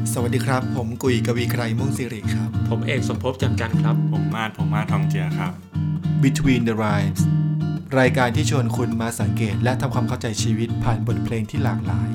สวัสดีครับผมกุยกวีไกรม่วงสิริครับผมเอกสมภพจันทร์กันครับผมมาศทองเจียครับ Between the Rhymes รายการที่ชวนคุณมาสังเกตและทำความเข้าใจชีวิตผ่านบทเพลงที่หลากหลาย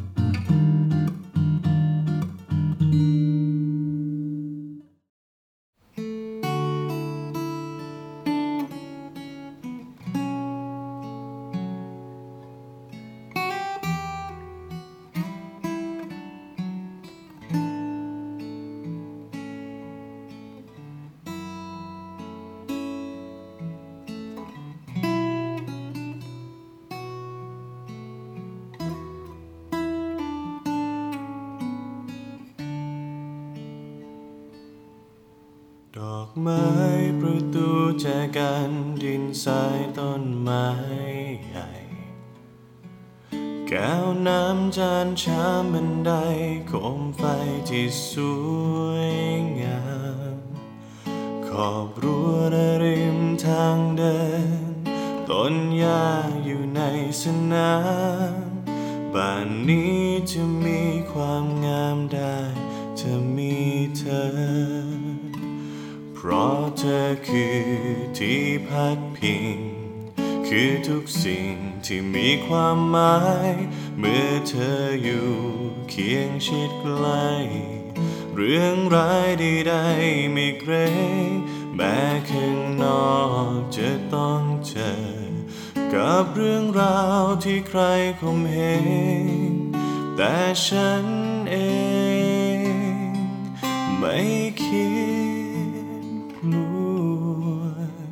ดอกไม้ประตูแจกันดินทรายต้นไม้ใหญ่แก้วน้ำจานชามบันไดโคมไฟที่สวยงามขอบรั้วและริมทางเดินต้นหญ้าอยู่ในสนามบ้านนี้จะมีความงามได้จะมีเธอเพราะเธอคือที่พักพิงคือทุกสิ่งที่มีความหมายเมื่อเธออยู่เคียงชิดใกล้เรื่องร้ายใดๆไม่เกรงแม้ข้างนอกจะต้องเจอกับเรื่องราวที่ใครข่มเหงแต่ฉันเองไม่คิดกลัว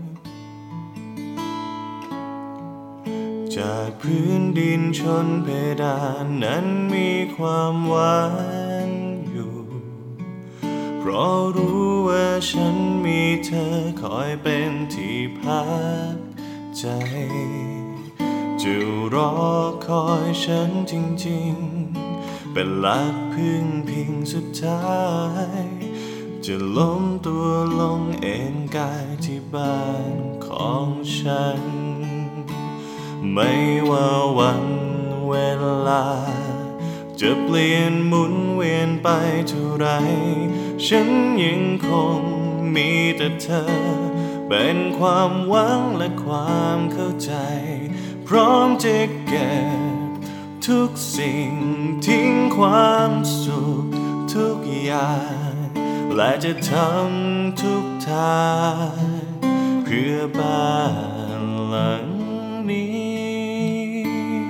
จากพื้นดินชนเพดานนั้นมีความหวานอยู่เพราะรู้ว่าฉันมีเธอคอยเป็นที่พักใจจะรอคอยฉันจริงๆเป็นหลักพึ่งพิงสุดท้ายจะล้มตัวลงเอนกายที่บ้านของฉันไม่ว่าวันเวลาจะเปลี่ยนหมุนเวียนไปเท่าไรฉันยังคงมีแต่เธอเป็นความหวังและความเข้าใจพร้อมจะเก็บทุกสิ่งทิ้งความสุขทุกอย่างและจะทำทุกทางเพื่อบ้านหลังนี้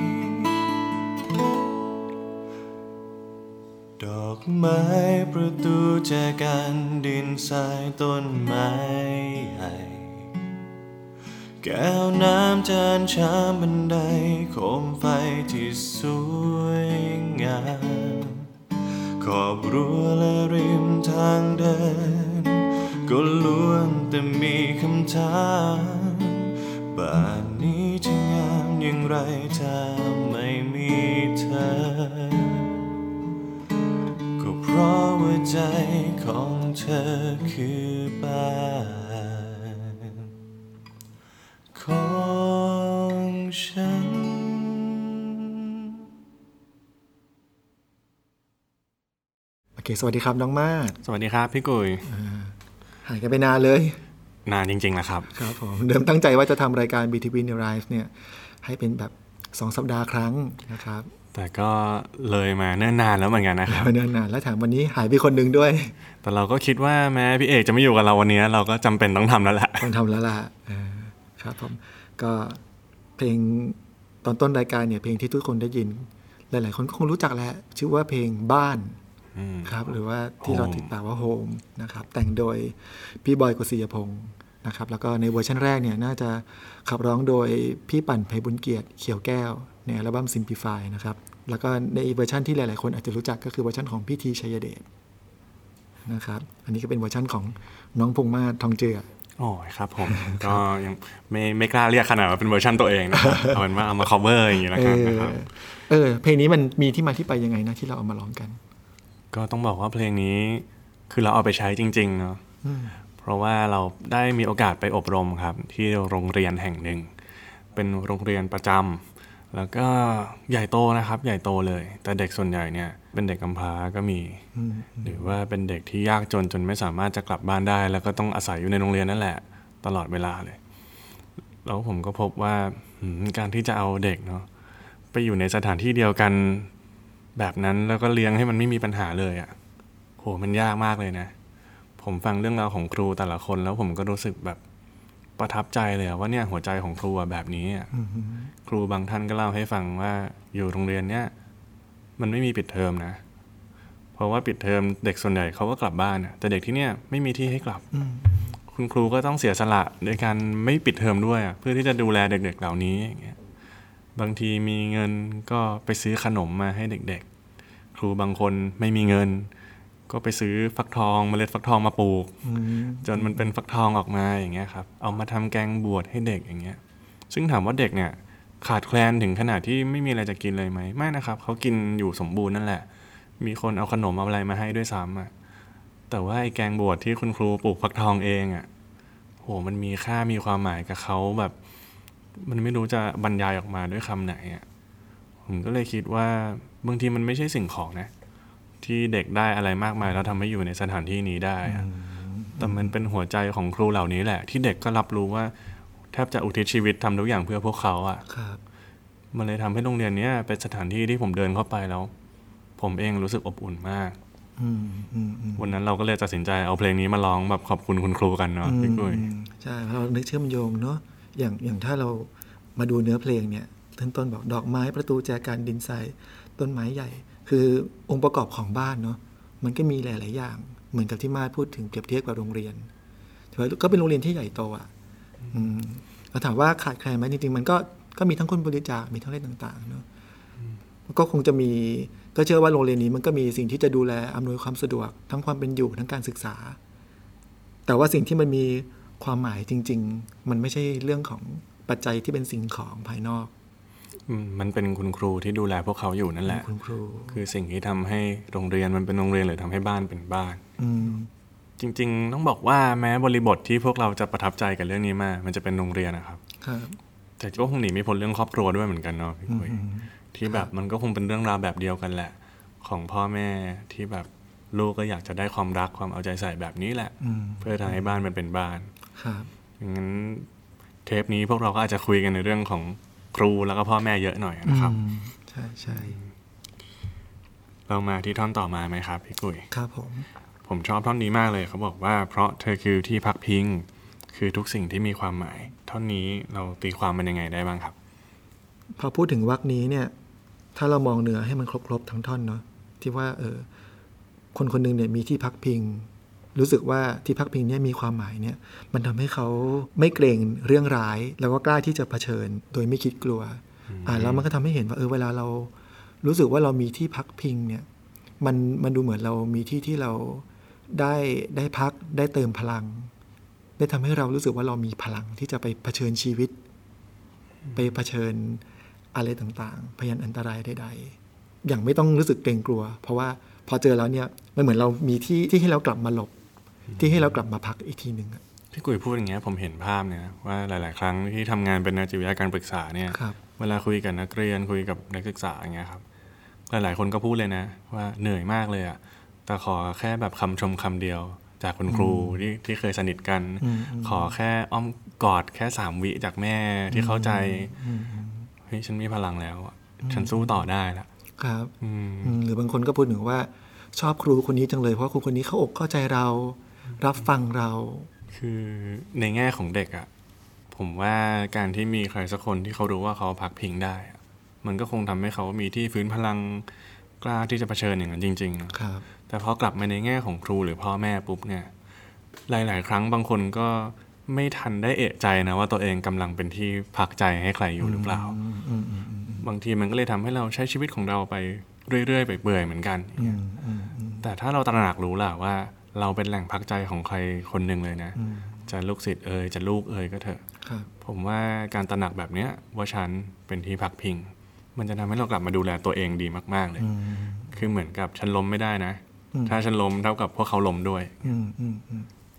ดอกไม้ประตูแจกันดินทรายต้นไม้ใหญ่แก้วน้ำจานชามบันไดโคมไฟที่สวยงามขอบรั้วและริมทางเดินก็ล้วนแต่มีคำถามบ้านนี้จะงามอย่างไรถ้าไม่มีเธอก็เพราะว่าใจของเธอคือบ้านของฉันโอเคสวัสดีครับน้องมาศสวัสดีครับพี่กุยหายกันไปนานเลยนานจริงๆนะครับครับผมเดิมตั้งใจว่าจะทำรายการ Between the Rhymes เนี่ยให้เป็นแบบ2สัปดาห์ครั้งนะครับแต่ก็เลยมาเนิ่นนานแล้วเหมือนกันนะครับเนิ่นนานแล้วแถมวันนี้หายไปคนนึงด้วยแต่เราก็คิดว่าแม้พี่เอกจะไม่อยู่กับเราวันนี้เราก็จำเป็นต้องทำแล้วแหละต้องทำแล้วล่ะครับผมก็เพลงตอนต้นรายการเนี่ยเพลงที่ทุกคนได้ยินหลายๆคนก็คงรู้จักแหละชื่อว่าเพลงบ้านครับหรือว่าที่เราติดปากว่าโฮมนะครับแต่งโดยพี่บอยกฤษยพงศ์นะครับแล้วก็ในเวอร์ชันแรกเนี่ยน่าจะขับร้องโดยพี่ปั่นไพบุญเกียรติเขียวแก้วในอัลบั้ม Simplify นะครับแล้วก็ในเวอร์ชันที่หลายๆคนอาจจะรู้จักก็คือเวอร์ชันของพี่ทีชัยเดชนะครับอันนี้ก็เป็นเวอร์ชันของน้องพงษ์มาศทองเจือโอ้ครับผม ก็ยังไม่กล้าเรียกขนาดว่าเป็นเวอร์ชันตัวเองนะ เอาเป็นว่าเอามา cover อย่างนี้แล้วกันนะครับเพลงนี้มันมีที่มาที่ไปยังไงนะที่เราเอามาร้องกันก็ต้องบอกว่าเพลงนี้คือเราเอาไปใช้จริงๆเนาะเพราะว่าเราได้มีโอกาสไปอบรมครับที่โรงเรียนแห่งหนึ่งเป็นโรงเรียนประจแล้วก็ใหญ่โตนะครับใหญ่โตเลยแต่เด็กส่วนใหญ่เนี่ยเป็นเด็กกำพร้าก็มีหรือว่าเป็นเด็กที่ยากจนไม่สามารถจะกลับบ้านได้แล้วก็ต้องอาศัยอยู่ในโรงเรียนนั่นแหละตลอดเวลาเลยแล้วผมก็พบว่าการที่จะเอาเด็กเนาะไปอยู่ในสถานที่เดียวกันแบบนั้นแล้วก็เลี้ยงให้มันไม่มีปัญหาเลยอ่ะโหมันยากมากเลยนะผมฟังเรื่องราวของครูแต่ละคนแล้วผมก็รู้สึกแบบประทับใจเลยว่าเนี่ยหัวใจของครูแบบนี้ครูบางท่านก็เล่าให้ฟังว่าอยู่โรงเรียนเนี้ยมันไม่มีปิดเทอมนะเพราะว่าปิดเทอมเด็กส่วนใหญ่เขาก็กลับบ้านแต่เด็กที่เนี่ยไม่มีที่ให้กลับคุณครูก็ต้องเสียสละในการไม่ปิดเทอมด้วยเพื่อที่จะดูแลเด็กๆเหล่านี้อย่างเงี้ยบางทีมีเงินก็ไปซื้อขนมมาให้เด็กๆครูบางคนไม่มีเงินก็ไปซื้อฟักทองเมล็ดฟักทองมาปลูกจนมันเป็นฟักทองออกมาอย่างเงี้ยครับเอามาทำแกงบวชให้เด็กอย่างเงี้ยซึ่งถามว่าเด็กเนี่ยขาดแคลนถึงขนาดที่ไม่มีอะไรจะกินเลยไหมไม่นะครับเขากินอยู่สมบูรณ์นั่นแหละมีคนเอาขนมเอาอะไรมาให้ด้วยซ้ำแต่ว่าไอ้แกงบวชที่คุณครูปลูกฟักทองเองโหมันมีค่ามีความหมายกับเขาแบบมันไม่รู้จะบรรยายออกมาด้วยคำไหนผมก็เลยคิดว่าบางทีมันไม่ใช่สิ่งของนะที่เด็กได้อะไรมากมายแล้วทำให้อยู่ในสถานที่นี้ได้แต่มันเป็นหัวใจของครูเหล่านี้แหละที่เด็กก็รับรู้ว่าแทบจะอุทิศชีวิตทำทุกอย่างเพื่อพวกเขามันเลยทำให้โรงเรียนนี้เป็นสถานที่ที่ผมเดินเข้าไปแล้วผมเองรู้สึกอบอุ่นมากวันนั้นเราก็เลยตัดสินใจเอาเพลงนี้มาร้องแบบขอบคุณคุณครูกันเนาะพี่กุ้ยใช่เรานึกเชื่อมโยงเนาะอย่างถ้าเรามาดูเนื้อเพลงเนี่ยต้นบอกดอกไม้ประตูแจกันดินทรายต้นไม้ใหญ่คือองค์ประกอบของบ้านเนาะมันก็มีหลายๆอย่างเหมือนกับที่มาพูดถึงเปรียบเทียบกับโรงเรียนถือว่าก็เป็นโรงเรียนที่ใหญ่โตเราถามว่าขาดแคลนไหมจริงๆมันก็มีทั้งคนบริจาคมีทั้งเรื่องต่างๆเนาะก็คงจะมีก็เชื่อว่าโรงเรียนนี้มันก็มีสิ่งที่จะดูแลอำนวยความสะดวกทั้งความเป็นอยู่ทั้งการศึกษาแต่ว่าสิ่งที่มันมีความหมายจริงๆมันไม่ใช่เรื่องของปัจจัยที่เป็นสิ่งของภายนอกมันเป็นคุณครูที่ดูแลพวกเขาอยู่นั่นแหละคุณครูคือสิ่งที่ทำให้โรงเรียนมันเป็นโรงเรียนหรือทำให้บ้านเป็นบ้านจริงๆต้องบอกว่าแม้บริบทที่พวกเราจะประทับใจกับเรื่องนี้มากมันจะเป็นโรงเรียนนะครับแต่ก็คงหนีไม่พ้นเรื่องครอบครัวด้วยเหมือนกันเนาะพี่กุ้ยที่แบบมันก็คงเป็นเรื่องราวแบบเดียวกันแหละของพ่อแม่ที่แบบลูกก็อยากจะได้ความรักความเอาใจใส่แบบนี้แหละเพื่อทำให้บ้านมันเป็นบ้านงั้นเทปนี้พวกเราก็อาจจะคุยกันในเรื่องของครูแล้วก็พ่อแม่เยอะหน่อยนะครับใช่เรามาที่ท่อนต่อมาไหมครับพี่กุ้ยครับผมชอบท่อนนี้มากเลยเขาบอกว่าเพราะเธอคือที่พักพิงคือทุกสิ่งที่มีความหมายท่อนนี้เราตีความมันยังไงได้บ้างครับพอพูดถึงวรรคนี้เนี่ยถ้าเรามองเนื้อให้มันครบทั้งท่อนเนาะที่ว่าคนคนนึงเนี่ยมีที่พักพิงรู้สึกว่าที่พักพิงเนี่ยมีความหมายเนี่ยมันทำให้เขาไม่เกรงเรื่องร้ายแล้วก็กล้าที่จะเผชิญโดยไม่คิดกลัวแล้วมันก็ทำให้เห็นว่าเวลาเรารู้สึกว่าเรามีที่พักพิงเนี่ยมันดูเหมือนเรามีที่ที่เราได้พักได้เติมพลังได้ทำให้เรารู้สึกว่าเรามีพลังที่จะไปเผชิญชีวิตไปเผชิญอะไรต่างๆพยันอันตรายใดๆอย่างไม่ต้องรู้สึกเกรงกลัวเพราะว่าพอเจอแล้วเนี่ยมันเหมือนเรามีที่ให้เรากลับมาหลบที่ให้เรากลับมาพักอีกทีนึงพี่กุ้ยพูดอย่างเงี้ยผมเห็นภาพเนี่ยว่าหลายๆครั้งที่ทำงานเป็นนักจิตวิทยาการปรึกษาเนี่ยเวลาคุยกับนักเรียนคุยกับนักศึกษาอย่างเงี้ยครับหลายๆคนก็พูดเลยนะว่าเหนื่อยมากเลยแต่ขอแค่แบบคำชมคำเดียวจากคุณครูที่เคยสนิทกันขอแค่อ้อมกอดแค่3 วิจากแม่ที่เข้าใจเฮ้ยฉันมีพลังแล้วฉันสู้ต่อได้ละครับหรือบางคนก็พูดถึงว่าชอบครูคนนี้จังเลยเพราะครูคนนี้เข้าอกเข้าใจเรารับฟังเราคือในแง่ของเด็กผมว่าการที่มีใครสักคนที่เขารู้ว่าเขาพักพิงได้มันก็คงทำให้เขามีที่ฟื้นพลังกล้าที่จะเผชิญอย่างนั้นจริงๆครับแต่พอกลับมาในแง่ของครูหรือพ่อแม่ปุ๊บเนี่ยหลายๆครั้งบางคนก็ไม่ทันได้เอะใจนะว่าตัวเองกำลังเป็นที่พักใจให้ใครอยู่หรือเปล่าบางทีมันก็เลยทำให้เราใช้ชีวิตของเราไปเรื่อยๆไปเปื่อยเหมือนกันแต่ถ้าเราตระหนักรู้ล่ะว่าเราเป็นแหล่งพักใจของใครคนหนึ่งเลยนะจะลูกศิษย์จะลูกก็เถอะผมว่าการตระหนักแบบเนี้ยว่าฉันเป็นที่พักพิงมันจะทำให้เรากลับมาดูแลตัวเองดีมากๆเลยคือเหมือนกับฉันล้มไม่ได้นะถ้าฉันล้มเท่ากับพวกเขาล้มด้วย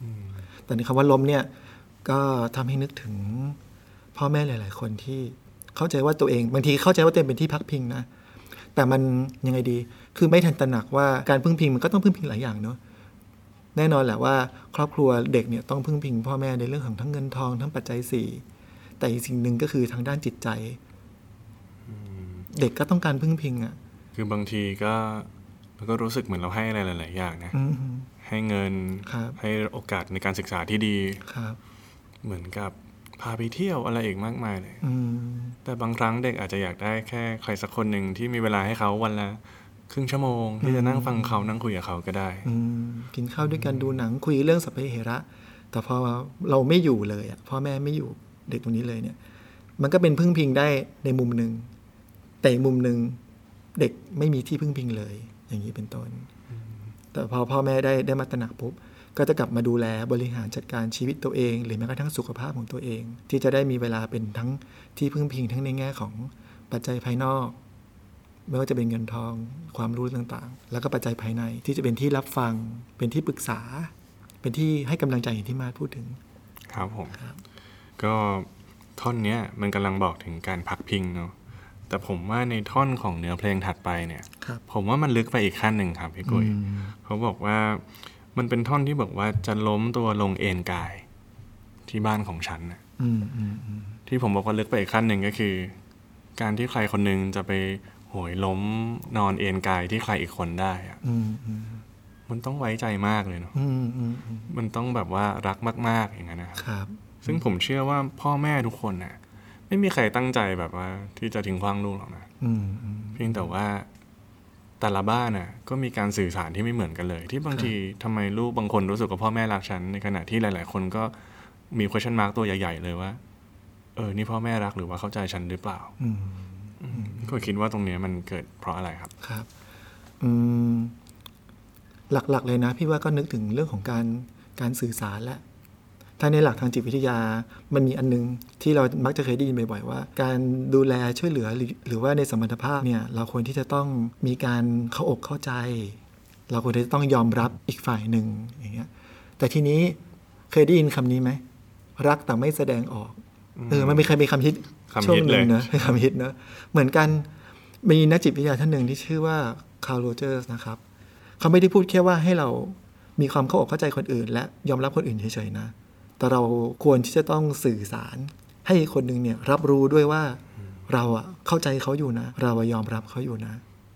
แต่ในคำว่าล้มเนี่ยก็ทำให้นึกถึงพ่อแม่หลายๆคนที่เข้าใจว่าตัวเองบางทีเข้าใจว่าตัวเองเป็นที่พักพิงนะแต่มันยังไงดีคือไม่ทันตระหนักว่าการพึ่งพิงมันก็ต้องพึ่งพิงหลายอย่างเนาะแน่นอนแหละว่าครอบครัวเด็กเนี่ยต้องพึ่งพิงพ่อแม่ในเรื่องของทั้งเงินทองทั้งปัจจัย4แต่อีกสิ่งหนึ่งก็คือทางด้านจิตใจเด็กก็ต้องการพึ่งพิงอ่ะคือบางทีก็รู้สึกเหมือนเราให้อะไรหลายๆอย่างนะให้เงินให้โอกาสในการศึกษาที่ดีเหมือนกับพาไปเที่ยวอะไรอีกมากมายเลยแต่บางครั้งเด็กอาจจะอยากได้แค่ใครสักคนหนึ่งที่มีเวลาให้เขาวันละครึ่งชั่วโมงที่จะนั่งฟังเขานั่งคุยกับเขาก็ได้กินข้าวด้วยกันดูหนังคุยเรื่องสัพเพเหระแต่พอเราไม่อยู่เลยอ่ะพ่อแม่ไม่อยู่เด็กตรงนี้เลยเนี่ยมันก็เป็นพึ่งพิงได้ในมุมนึงแต่มุมนึงเด็กไม่มีที่พึ่งพิงเลยอย่างนี้เป็นต้นแต่พอพ่อแม่ได้มาตระหนักปุ๊บก็จะกลับมาดูแลบริหารจัดการชีวิตตัวเองหรือแม้กระทั่งสุขภาพของตัวเองที่จะได้มีเวลาเป็นทั้งที่พึ่งพิงทั้งในแง่ของปัจจัยภายนอกไม่ว่าจะเป็นเงินทองความรู้ต่างๆแล้วก็ปัจจัยภายในที่จะเป็นที่รับฟังเป็นที่ปรึกษาเป็นที่ให้กำลังใจอย่างที่มาพูดถึงครับผมก็ท่อนนี้มันกำลังบอกถึงการพักพิงเนาะแต่ผมว่าในท่อนของเนื้อเพลงถัดไปเนี่ยผมว่ามันลึกไปอีกขั้นหนึ่งครับพี่กุ้ยเขาบอกว่ามันเป็นท่อนที่บอกว่าจะล้มตัวลงเอนกายที่บ้านของฉันนะที่ผมบอกว่าลึกไปอีกขั้นหนึ่งก็คือการที่ใครคนนึงจะไปโหยล้มนอนเอนกายที่ใครอีกคนได้อะมันต้องไว้ใจมากเลยเนาะมันต้องแบบว่ารักมากๆอย่างนั้นนะครับซึ่งผมเชื่อว่าพ่อแม่ทุกคนน่ะไม่มีใครตั้งใจแบบว่าที่จะทิ้งขว้างลูกหรอกนะเพียงแต่ว่าแต่ละบ้านน่ะก็มีการสื่อสารที่ไม่เหมือนกันเลยที่บางทีทำไมลูกบางคนรู้สึกว่าพ่อแม่รักฉันในขณะที่หลายๆคนก็มี question mark ตัวใหญ่ๆเลยว่านี่พ่อแม่รักหรือว่าเข้าใจฉันหรือเปล่าก็คิดว่าตรงนี้มันเกิดเพราะอะไรครับครับหลักๆเลยนะพี่ว่าก็นึกถึงเรื่องของการสื่อสารและถ้าในหลักทางจิตวิทยามันมีอันนึงที่เรามักจะเคยได้ยินบ่อยๆว่าการดูแลช่วยเหลือหรือว่าในสมรรถภาพเนี่ยเราควรที่จะต้องมีการเข้าอกเข้าใจเราควรที่จะต้องยอมรับอีกฝ่ายหนึ่งอย่างเงี้ยแต่ทีนี้เคยได้ยินคำนี้ไหมรักแต่ไม่แสดงออกมันไม่เคยมีคำฮิตช่วงนึงนะคำฮิตนะเหมือนกันมีนักจิตวิทยาท่านหนึ่งที่ชื่อว่าคาร์ล โรเจอร์สนะครับเขาไม่ได้พูดแค่ว่าให้เรามีความเข้าอกเข้าใจคนอื่นและยอมรับคนอื่นเฉยๆนะแต่เราควรที่จะต้องสื่อสารให้คนหนึ่งเนี่ยรับรู้ด้วยว่าเราอะเข้าใจเขาอยู่นะเรายอมรับเขาอยู่นะ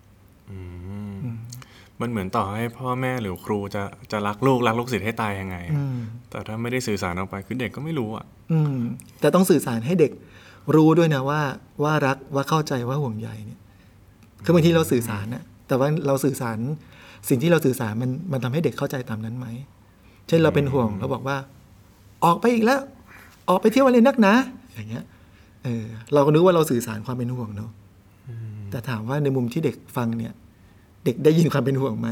มันเหมือนต่อให้พ่อแม่หรือครูจะรักลูกศิษย์ให้ตายยังไงแต่ถ้าไม่ได้สื่อสารออกไปคือเด็กก็ไม่รู้อะแต่ต้องสื่อสารให้เด็กรู้ด้วยนะว่ารักว่าเข้าใจว่าห่วงใยเนี่ยคือบางทีเราสื่อสารนะแต่ว่าเราสื่อสารสิ่งที่เราสื่อสารมันทำให้เด็กเข้าใจตามนั้นไหมเช่นเราเป็นห่วงเราบอกว่าออกไปอีกแล้วออกไปเที่ยวอะไรนักนะอย่างเงี้ยเราก็นึกว่าเราสื่อสารความเป็นห่วงเนาะแต่ถามว่าในมุมที่เด็กฟังเนี่ยเด็กได้ยินความเป็นห่วงไหม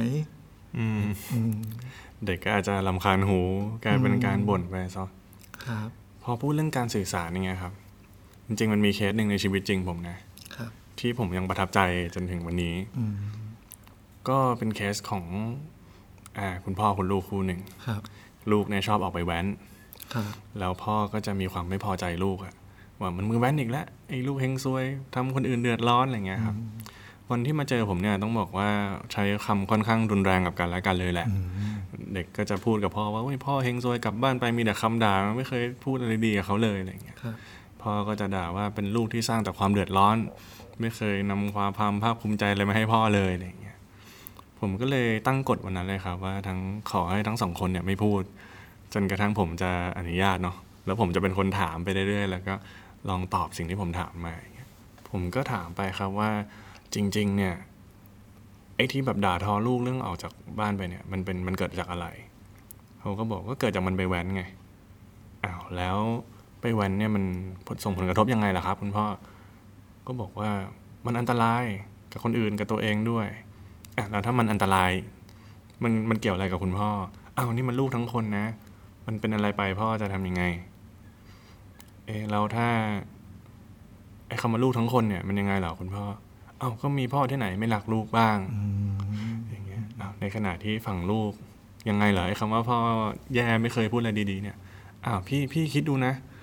เด็กก็อาจจะรำคาญหูกลายเป็นการบ่นไปซะครับพอพูดเรื่องการสื่อสารนี่ไงครับจริงๆมันมีเคสหนึ่งในชีวิตจริงผมนะที่ผมยังประทับใจจนถึงวันนี้ก็เป็นเคสของคุณพ่อคุณลูกคู่หนึ่งลูกเนี่ยชอบออกไปแว้นแล้วพ่อก็จะมีความไม่พอใจลูกอะว่ามันมือแว้นอีกแล้วไอ้ลูกเฮงซวยทำคนอื่นเดือดร้อนอะไรเงี้ยครับวันที่มาเจอผมเนี่ยต้องบอกว่าใช้คำค่อนข้างรุนแรงกับกันและกันเลยแหละเด็กก็จะพูดกับพ่อว่าพ่อเฮงซวยกลับบ้านไปมีแต่คำด่าไม่เคยพูดอะไรดีกับเขาเลยอะไรเงี้ยพ่อก็จะด่าว่าเป็นลูกที่สร้างแต่ความเดือดร้อนไม่เคยนำความภาคภูมิใจอะไรมาให้พ่อเลยอะไรเงี้ยผมก็เลยตั้งกฎวันนั้นเลยครับว่าขอให้ทั้งสองคนเนี่ยไม่พูดจนกระทั่งผมจะอนุญาตเนาะแล้วผมจะเป็นคนถามไปเรื่อยๆแล้วก็ลองตอบสิ่งที่ผมถามมาผมก็ถามไปครับว่าจริงๆเนี่ยไอ้ที่แบบด่าทอลูกเรื่องออกจากบ้านไปเนี่ยมันเกิดจากอะไรเขาก็บอกว่าเกิดจากมันไปแว้นไงแล้วไปแว้นเนี่ยมันส่งผลกระทบยังไงล่ะครับคุณพ่อก็บอกว่ามันอันตรายกับคนอื่นกับตัวเองด้วยแล้วถ้ามันอันตรายมันเกี่ยวอะไรกับคุณพ่อนี่มันลูกทั้งคนนะมันเป็นอะไรไปพ่อจะทำยังไงแล้วถ้าไอ้คำว่าลูกทั้งคนเนี่ยมันยังไงเหรอคุณพ่อก็มีพ่อที่ไหนไม่รักลูกบ้างอย่างเงี้ยในขณะที่ฝั่งลูกยังไงเหรอไอ้คำว่าพ่อแย่ไม่เคยพูดอะไรดีๆเนี่ยพี่คิดดูนะ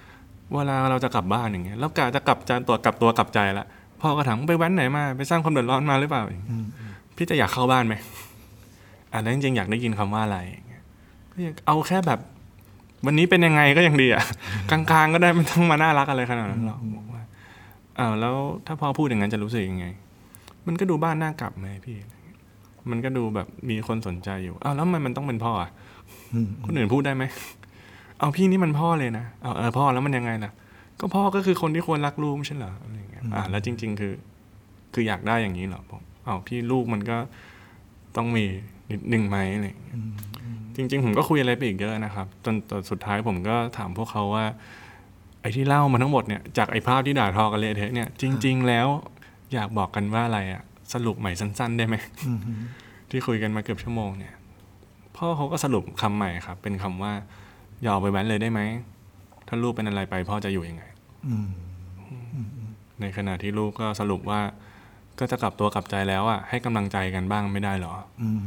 เวลาเราจะกลับบ้านอย่างเงี้ยแล้วกะจะกลับตัวกลับใจละพ่อก็ถามไปแว้นไหนมาไปสร้างความเดือดร้อนมาหรือเปล่าพี่จะอยากเข้าบ้านไหมแล้วจริงๆอยากได้ยินคำว่าอะไรเอาแค่แบบวันนี้เป็นยังไงก็ยังดีกลางๆก็ได้ไม่ต้องมาน่ารักอะไรขนาดนั้นหรอกบอกว่าแล้วถ้าพ่อพูดอย่างนั้นจะรู้สึกยังไงมันก็ดูบ้านน่ากลับไหมพี่มันก็ดูแบบมีคนสนใจอยู่แล้วมันต้องเป็นพ่อคนอื่นพูดได้ไหมเอาพี่นี่มันพ่อเลยนะพ่อแล้วมันยังไงล่ะก็พ่อก็คือคนที่ควรรักลูกไม่ใช่เหรออะไรอย่างเงี้ยแล้วจริงๆคืออยากได้อย่างนี้เหรอผมพี่ลูกมันก็ต้องมีนิดนึงไหมอะไรอย่างเงี้ยจริงๆผมก็คุยอะไรไปอีกเยอะนะครับจนสุดท้ายผมก็ถามพวกเขาว่าไอ้ที่เล่ามาทั้งหมดเนี่ยจากไอ้ภาพที่ด่าทอกันเละเทะเนี่ยจริงๆแล้วอยากบอกกันว่าอะไรสรุปใหม่สั้นๆได้ไหมที่คุยกันมาเกือบชั่วโมงเนี่ยพ่อเขาก็สรุปคำใหม่ครับเป็นคำว่าอย่าไปแว้นเลยได้ไหมถ้าลูกเป็นอะไรไปพ่อจะอยู่ยังไงในขณะที่ลูกก็สรุปว่าก็จะกลับตัวกลับใจแล้วให้กำลังใจกันบ้างไม่ได้หรอ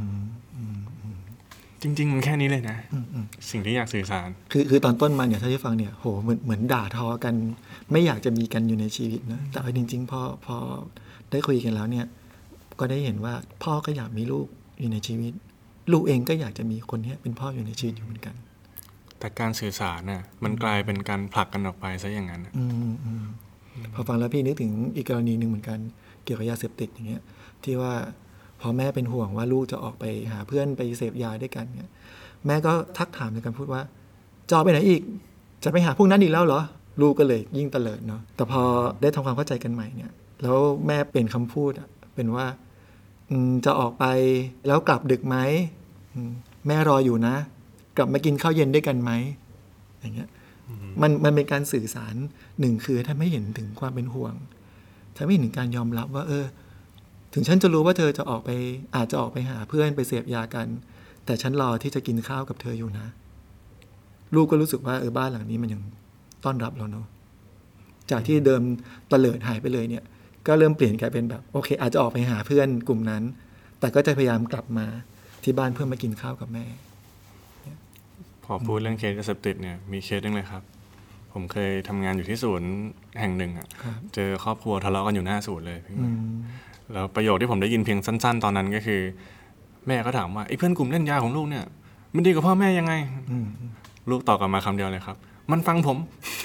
จริงๆมันแค่นี้เลยนะสิ่งที่อยากสื่อสารคือตอนต้นมาเนี่ยถ้าที่ฟังเนี่ยโหเหมือนด่าทอกันไม่อยากจะมีกันอยู่ในชีวิตนะแต่จริงๆพอได้คุยกันแล้วเนี่ยก็ได้เห็นว่าพ่อก็อยากมีลูกอยู่ในชีวิตลูกเองก็อยากจะมีคนนี้เป็นพ่ออยู่ในชีวิตอยู่เหมือนกันแต่การสื่อสารน่ะมันกลายเป็นการผลักกันออกไปซะอย่างนั้นพอฟังแล้วพี่นึกถึงอีกกรณีนึงเหมือนกันเกี่ยวกับยาเสพติดอย่างเงี้ยที่ว่าพอแม่เป็นห่วงว่าลูกจะออกไปหาเพื่อนไปเสพยาด้วยกันเนี่ยแม่ก็ทักถามในการพูดว่าจะไปไหนอีกจะไปหาพวกนั้นอีกแล้วเหรอลูกก็เลยยิ่งเตลิดเนาะแต่พอได้ทำความเข้าใจกันใหม่เนี่ยแล้วแม่เปลี่ยนคำพูดเป็นว่าจะออกไปแล้วกลับดึกไหมแม่รออยู่นะกลับมากินข้าวเย็นด้วยกันไหมอย่างเงี้ยมันเป็นการสื่อสารหนึ่งคือถ้าไม่เห็นถึงความเป็นห่วงถ้าไม่เห็นถึงการยอมรับว่าถึงฉันจะรู้ว่าเธอจะออกไปอาจจะออกไปหาเพื่อนไปเสพยากันแต่ฉันรอที่จะกินข้าวกับเธออยู่นะลูกก็รู้สึกว่าบ้านหลังนี้มันยังต้อนรับเราเนาะจากที่เดิมเตลิดหายไปเลยเนี่ยก็เริ่มเปลี่ยนกลายเป็นแบบโอเคอาจจะออกไปหาเพื่อนกลุ่มนั้นแต่ก็จะพยายามกลับมาที่บ้านเพื่อมากินข้าวกับแม่พอพูดเรื่องเคสยาเสพติดเนี่ยมีเคสนึงเลยครับผมเคยทำงานอยู่ที่ศูนย์แห่งหนึ่งเจอครอบครัวทะเลาะกันอยู่หน้าศูนย์เลยแล้วประโยคที่ผมได้ยินเพียงสั้นๆตอนนั้นก็คือแม่ก็ถามว่าไอ้เพื่อนกลุ่มเล่นยาของลูกเนี่ยมันดีกว่าพ่อแม่ยังไงลูกตอบกลับมาคำเดียวเลยครับมันฟังผม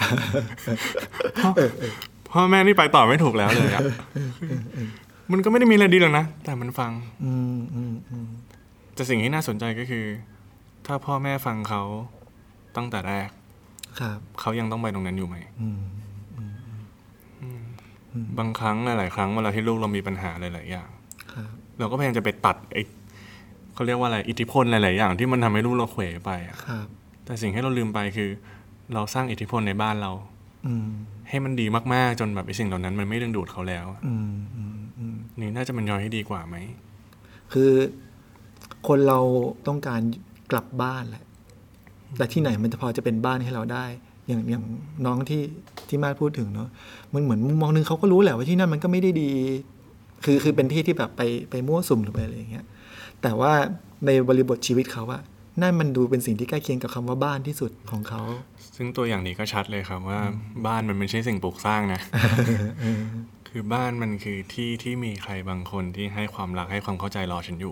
พ่อแม่นี่ไปต่อไม่ถูกแล้วเลยมันก็ไม่ได้มีอะไรดีหรอกนะแต่มันฟังแต่สิ่งที่น่าสนใจก็คือถ้าพ่อแม่ฟังเขาตั้งแต่แรกเขายังต้องไปตรงนั้นอยู่ไหมบางครั้งหลายๆครั้งเวลาที่ลูกเรามีปัญหาหลายๆอย่างเราก็พยายามจะไปตัดเขาเรียกว่าอะไรอิทธิพลหลายๆอย่างที่มันทำให้ลูกเราเขวไปแต่สิ่งที่เราลืมไปคือเราสร้างอิทธิพลในบ้านเราให้มันดีมากๆจนแบบไอ้สิ่งเหล่านั้นมันไม่ดึงดูดเขาแล้วนี่น่าจะมันย่อยให้ดีกว่าไหมคือคนเราต้องการกลับบ้านแหละแต่ที่ไหนมันจะพอจะเป็นบ้านให้เราได้อย่างน้องที่มาพูดถึงเนาะมันเหมือนมุมมองนึงเขาก็รู้แหละว่าที่นั่นมันก็ไม่ได้ดีคือเป็นที่ที่แบบไปมั่วสุมหรือไปอะไรอย่างเงี้ยแต่ว่าในบริบทชีวิตเขาอะนั่นมันดูเป็นสิ่งที่ใกล้เคียงกับคำว่าบ้านที่สุดของเขาซึ่งตัวอย่างนี้ก็ชัดเลยครับว่าบ้านมันไม่ใช่สิ่งปลูกสร้างนะ คือบ้านมันคือที่ที่มีใครบางคนที่ให้ความรักให้ความเข้าใจรอฉันอยู่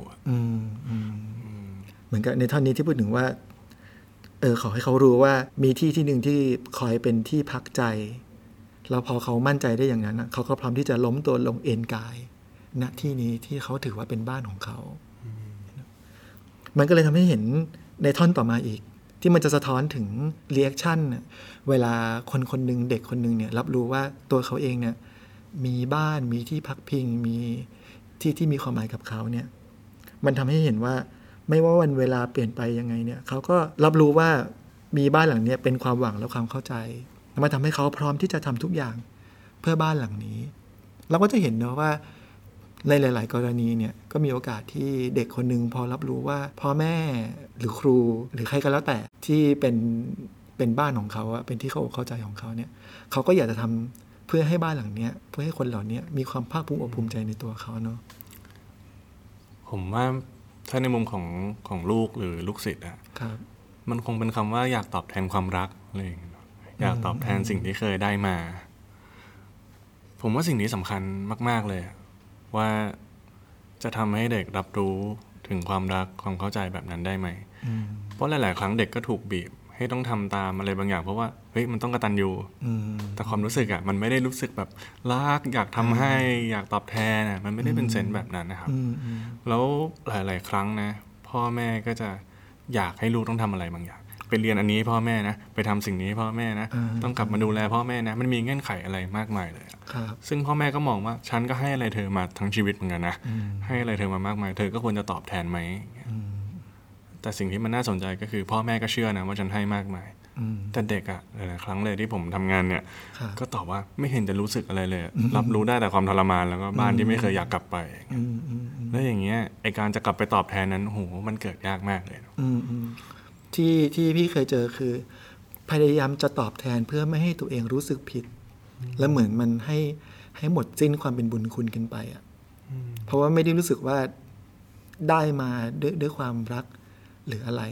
เหมือนกับในท่อนนี้ที่พูดถึงว่าขอให้เขารู้ว่ามีที่หนึ่งที่คอยเป็นที่พักใจแล้วพอเขามั่นใจได้อย่างนั้นเขาก็พร้อมที่จะล้มตัวลงเอนกายณที่นี้ที่เขาถือว่าเป็นบ้านของเขามันก็เลยทำให้เห็นในท่อนต่อมาอีกที่มันจะสะท้อนถึงรีแอคชั่นเวลาคนหนึ่งเด็กคนหนึ่งเนี่ยรับรู้ว่าตัวเขาเองเนี่ยมีบ้านมีที่พักพิงมีที่มีความหมายกับเขาเนี่ยมันทำให้เห็นว่าไม่ว่าวันเวลาเปลี่ยนไปยังไงเนี่ยเขาก็รับรู้ว่ามีบ้านหลังนี้เป็นความหวังและความเข้าใจมันทำให้เขาพร้อมที่จะทำทุกอย่างเพื่อบ้านหลังนี้เราก็จะเห็นเนาะว่าในหลายๆกรณีเนี่ยก็มีโอกาสที่เด็กคนนึงพอรับรู้ว่าพ่อแม่หรือครูหรือใครก็แล้วแต่ที่เป็นบ้านของเขาเป็นที่เขาเข้าใจของเขาเนี่ยเขาก็อยากจะทำเพื่อให้บ้านหลังนี้เพื่อให้คนเหล่านี้มีความภาคภูมิใจในตัวเขาเนาะผมว่าถ้าในมุมของลูกหรือลูกศิษย์มันคงเป็นคำว่าอยากตอบแทนความรักอะไรอย่างเงี้ยอยากตอบแทนสิ่งที่เคยได้มาผมว่าสิ่งนี้สำคัญมากๆเลยว่าจะทำให้เด็กรับรู้ถึงความรักความเข้าใจแบบนั้นได้ไหมเพราะหลายๆครั้งเด็กก็ถูกบีบให้ต้องทำตามอะไรบางอย่างเพราะว่าเฮ้ยมันต้องกตัญญูแต่ความรู้สึกมันไม่ได้รู้สึกแบบรักอยากทำให้อยากตอบแทนมันไม่ได้เป็นเซนส์แบบนั้นนะครับแล้วหลายๆครั้งนะพ่อแม่ก็จะอยากให้ลูกต้องทำอะไรบางอย่างไปเรียนอันนี้พ่อแม่นะไปทำสิ่งนี้พ่อแม่นะต้องกลับมาดูแลพ่อแม่นะมันมีเงื่อนไขอะไรมากมายเลยซึ่งพ่อแม่ก็มองว่าฉันก็ให้อะไรเธอมาทั้งชีวิตเหมือนกันนะให้อะไรเธอมามากมายเธอก็ควรจะตอบแทนไหมแต่สิ่งที่มันน่าสนใจก็คือพ่อแม่ก็เชื่อนะว่าฉันให้มากมายแต่เด็กหลายๆครั้งเลยที่ผมทำงานเนี่ยก็ตอบว่าไม่เห็นจะรู้สึกอะไรเลยรับรู้ได้แต่ความทรมานแล้วก็บ้านที่ไม่เคยอยากกลับไปแล้วอย่างเงี้ยไอการจะกลับไปตอบแทนนั้นโหมันเกิดยากมากเลยที่พี่เคยเจอคือพยายามจะตอบแทนเพื่อไม่ให้ตัวเองรู้สึกผิดแล้วเหมือนมันให้หมดสิ้นความเป็นบุญคุณกันไปเพราะว่าไม่ได้รู้สึกว่าได้มาด้วยความรักหรืออะไร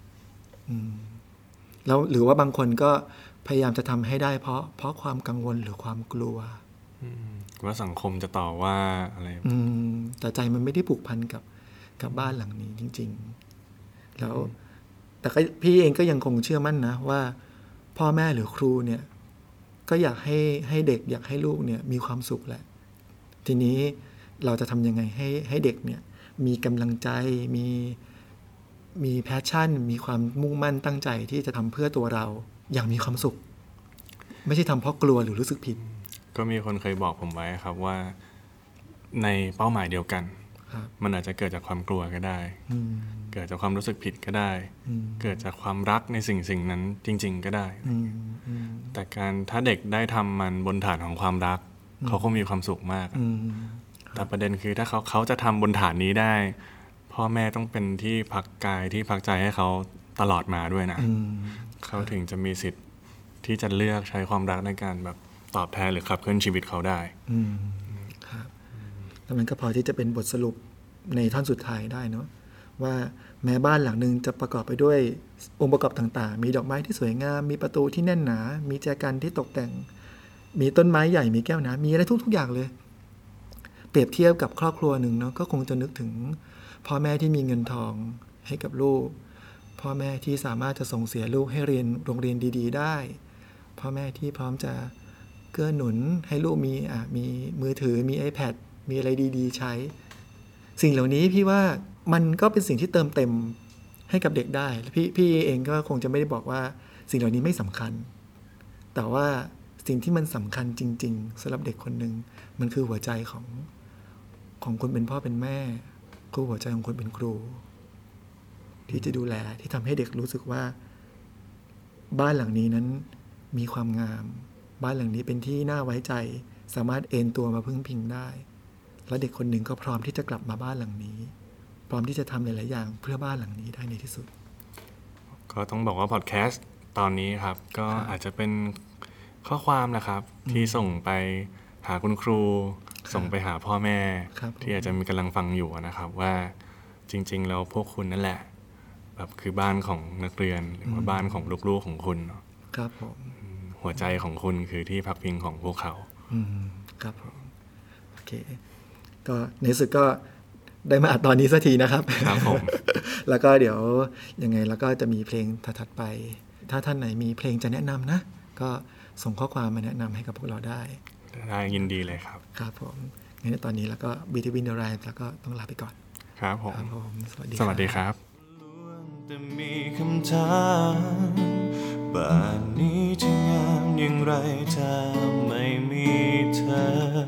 แล้วหรือว่าบางคนก็พยายามจะทำให้ได้เพราะความกังวลหรือความกลัวว่าสังคมจะต่อว่าอะไรแต่ใจมันไม่ได้ผูกพันกับบ้านหลังนี้จริงๆแล้วแต่พี่เองก็ยังคงเชื่อมั่นนะว่าพ่อแม่หรือครูเนี่ยก็อยากให้เด็กอยากให้ลูกเนี่ยมีความสุขแหละทีนี้เราจะทำยังไงให้เด็กเนี่ยมีกำลังใจมีแพชชั่นมีความมุ่งมั่นตั้งใจที่จะทำเพื่อตัวเราอย่างมีความสุขไม่ใช่ทำเพราะกลัวหรือรู้สึกผิดก็มีคนเคยบอกผมไว้ครับว่าในเป้าหมายเดียวกันมันอาจจะเกิดจากความกลัวก็ได้เกิดจากความรู้สึกผิดก็ได้เกิดจากความรักในสิ่งนั้นจริงๆก็ได้แต่ถ้าเด็กได้ทำมันบนฐานของความรักเขาคงมีความสุขมากแต่ประเด็นคือถ้าเขาจะทำบนฐานนี้ได้พ่อแม่ต้องเป็นที่พักกายที่พักใจให้เขาตลอดมาด้วยนะเขาถึงจะมีสิทธิ์ที่จะเลือกใช้ความรักในการแบบตอบแทนหรือขับเคลื่อนชีวิตเขาได้ครับแล้วมันก็พอที่จะเป็นบทสรุปในท่อนสุดท้ายได้เนาะว่าแม้บ้านหลังนึงจะประกอบไปด้วยองค์ประกอบต่างๆมีดอกไม้ที่สวยงามมีประตูที่แน่นหนามีแจกันที่ตกแต่งมีต้นไม้ใหญ่มีแก้วน้ำมีอะไรทุกอย่างเลยเปรียบเทียบกับครอบครัวหนึ่งเนาะก็คงจะนึกถึงพ่อแม่ที่มีเงินทองให้กับลูกพ่อแม่ที่สามารถจะส่งเสียลูกให้เรียนโรงเรียนดีๆได้พ่อแม่ที่พร้อมจะเกื้อหนุนให้ลูกมีมือถือมี iPad มีอะไรดีๆใช้สิ่งเหล่านี้พี่ว่ามันก็เป็นสิ่งที่เติมเต็มให้กับเด็กได้พี่เองก็คงจะไม่ได้บอกว่าสิ่งเหล่านี้ไม่สำคัญแต่ว่าสิ่งที่มันสำคัญจริงๆสำหรับเด็กคนหนึ่งมันคือหัวใจของคนเป็นพ่อเป็นแม่คือหัวใจของคนเป็นครูที่จะดูแลที่ทำให้เด็กรู้สึกว่าบ้านหลังนี้นั้นมีความงามบ้านหลังนี้เป็นที่น่าไว้ใจสามารถเอนตัวมาพึ่งพิงได้และเด็กคนหนึ่งก็พร้อมที่จะกลับมาบ้านหลังนี้พร้อมที่จะทำหลายๆอย่างเพื่อบ้านหลังนี้ได้ในที่สุดก็ต้องบอกว่าพอดแคสต์ตอนนี้ครับก็อาจจะเป็นข้อความนะครับที่ส่งไปหาคุณครูส่งไปหาพ่อแม่ที่อาจจะมีกำลังฟังอยู่นะครับว่าจริงๆแล้วพวกคุณนั่นแหละแบบคือบ้านของนักเรียนหรือว่าบ้านของลูกๆของคุณครับผมหัวใจของคุณคือที่พักพิงของพวกเขาครับผมโอเคก็ในสุดก็ได้มาอัดตอนนี้สักทีนะครับครับผมแล้วก็เดี๋ยวยังไงแล้วก็จะมีเพลงถัดไปถ้าท่านไหนมีเพลงจะแนะนำนะก็ส่งข้อความมาแนะนำให้กับพวกเราได้ยินดีเลยครับครับผมงั้นตอนนี้แล้วก็ Between the Lines แล้วก็ต้องลาไปก่อนครับผมสวัสดีครับแต่มีคำถามบ้านนี้จะงามอย่างไรถ้าไม่มีเธอ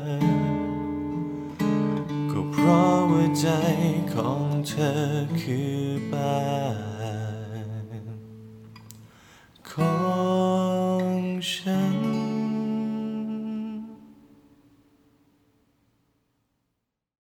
ก็เพราะว่าใจของเธอคือบ้านของฉัน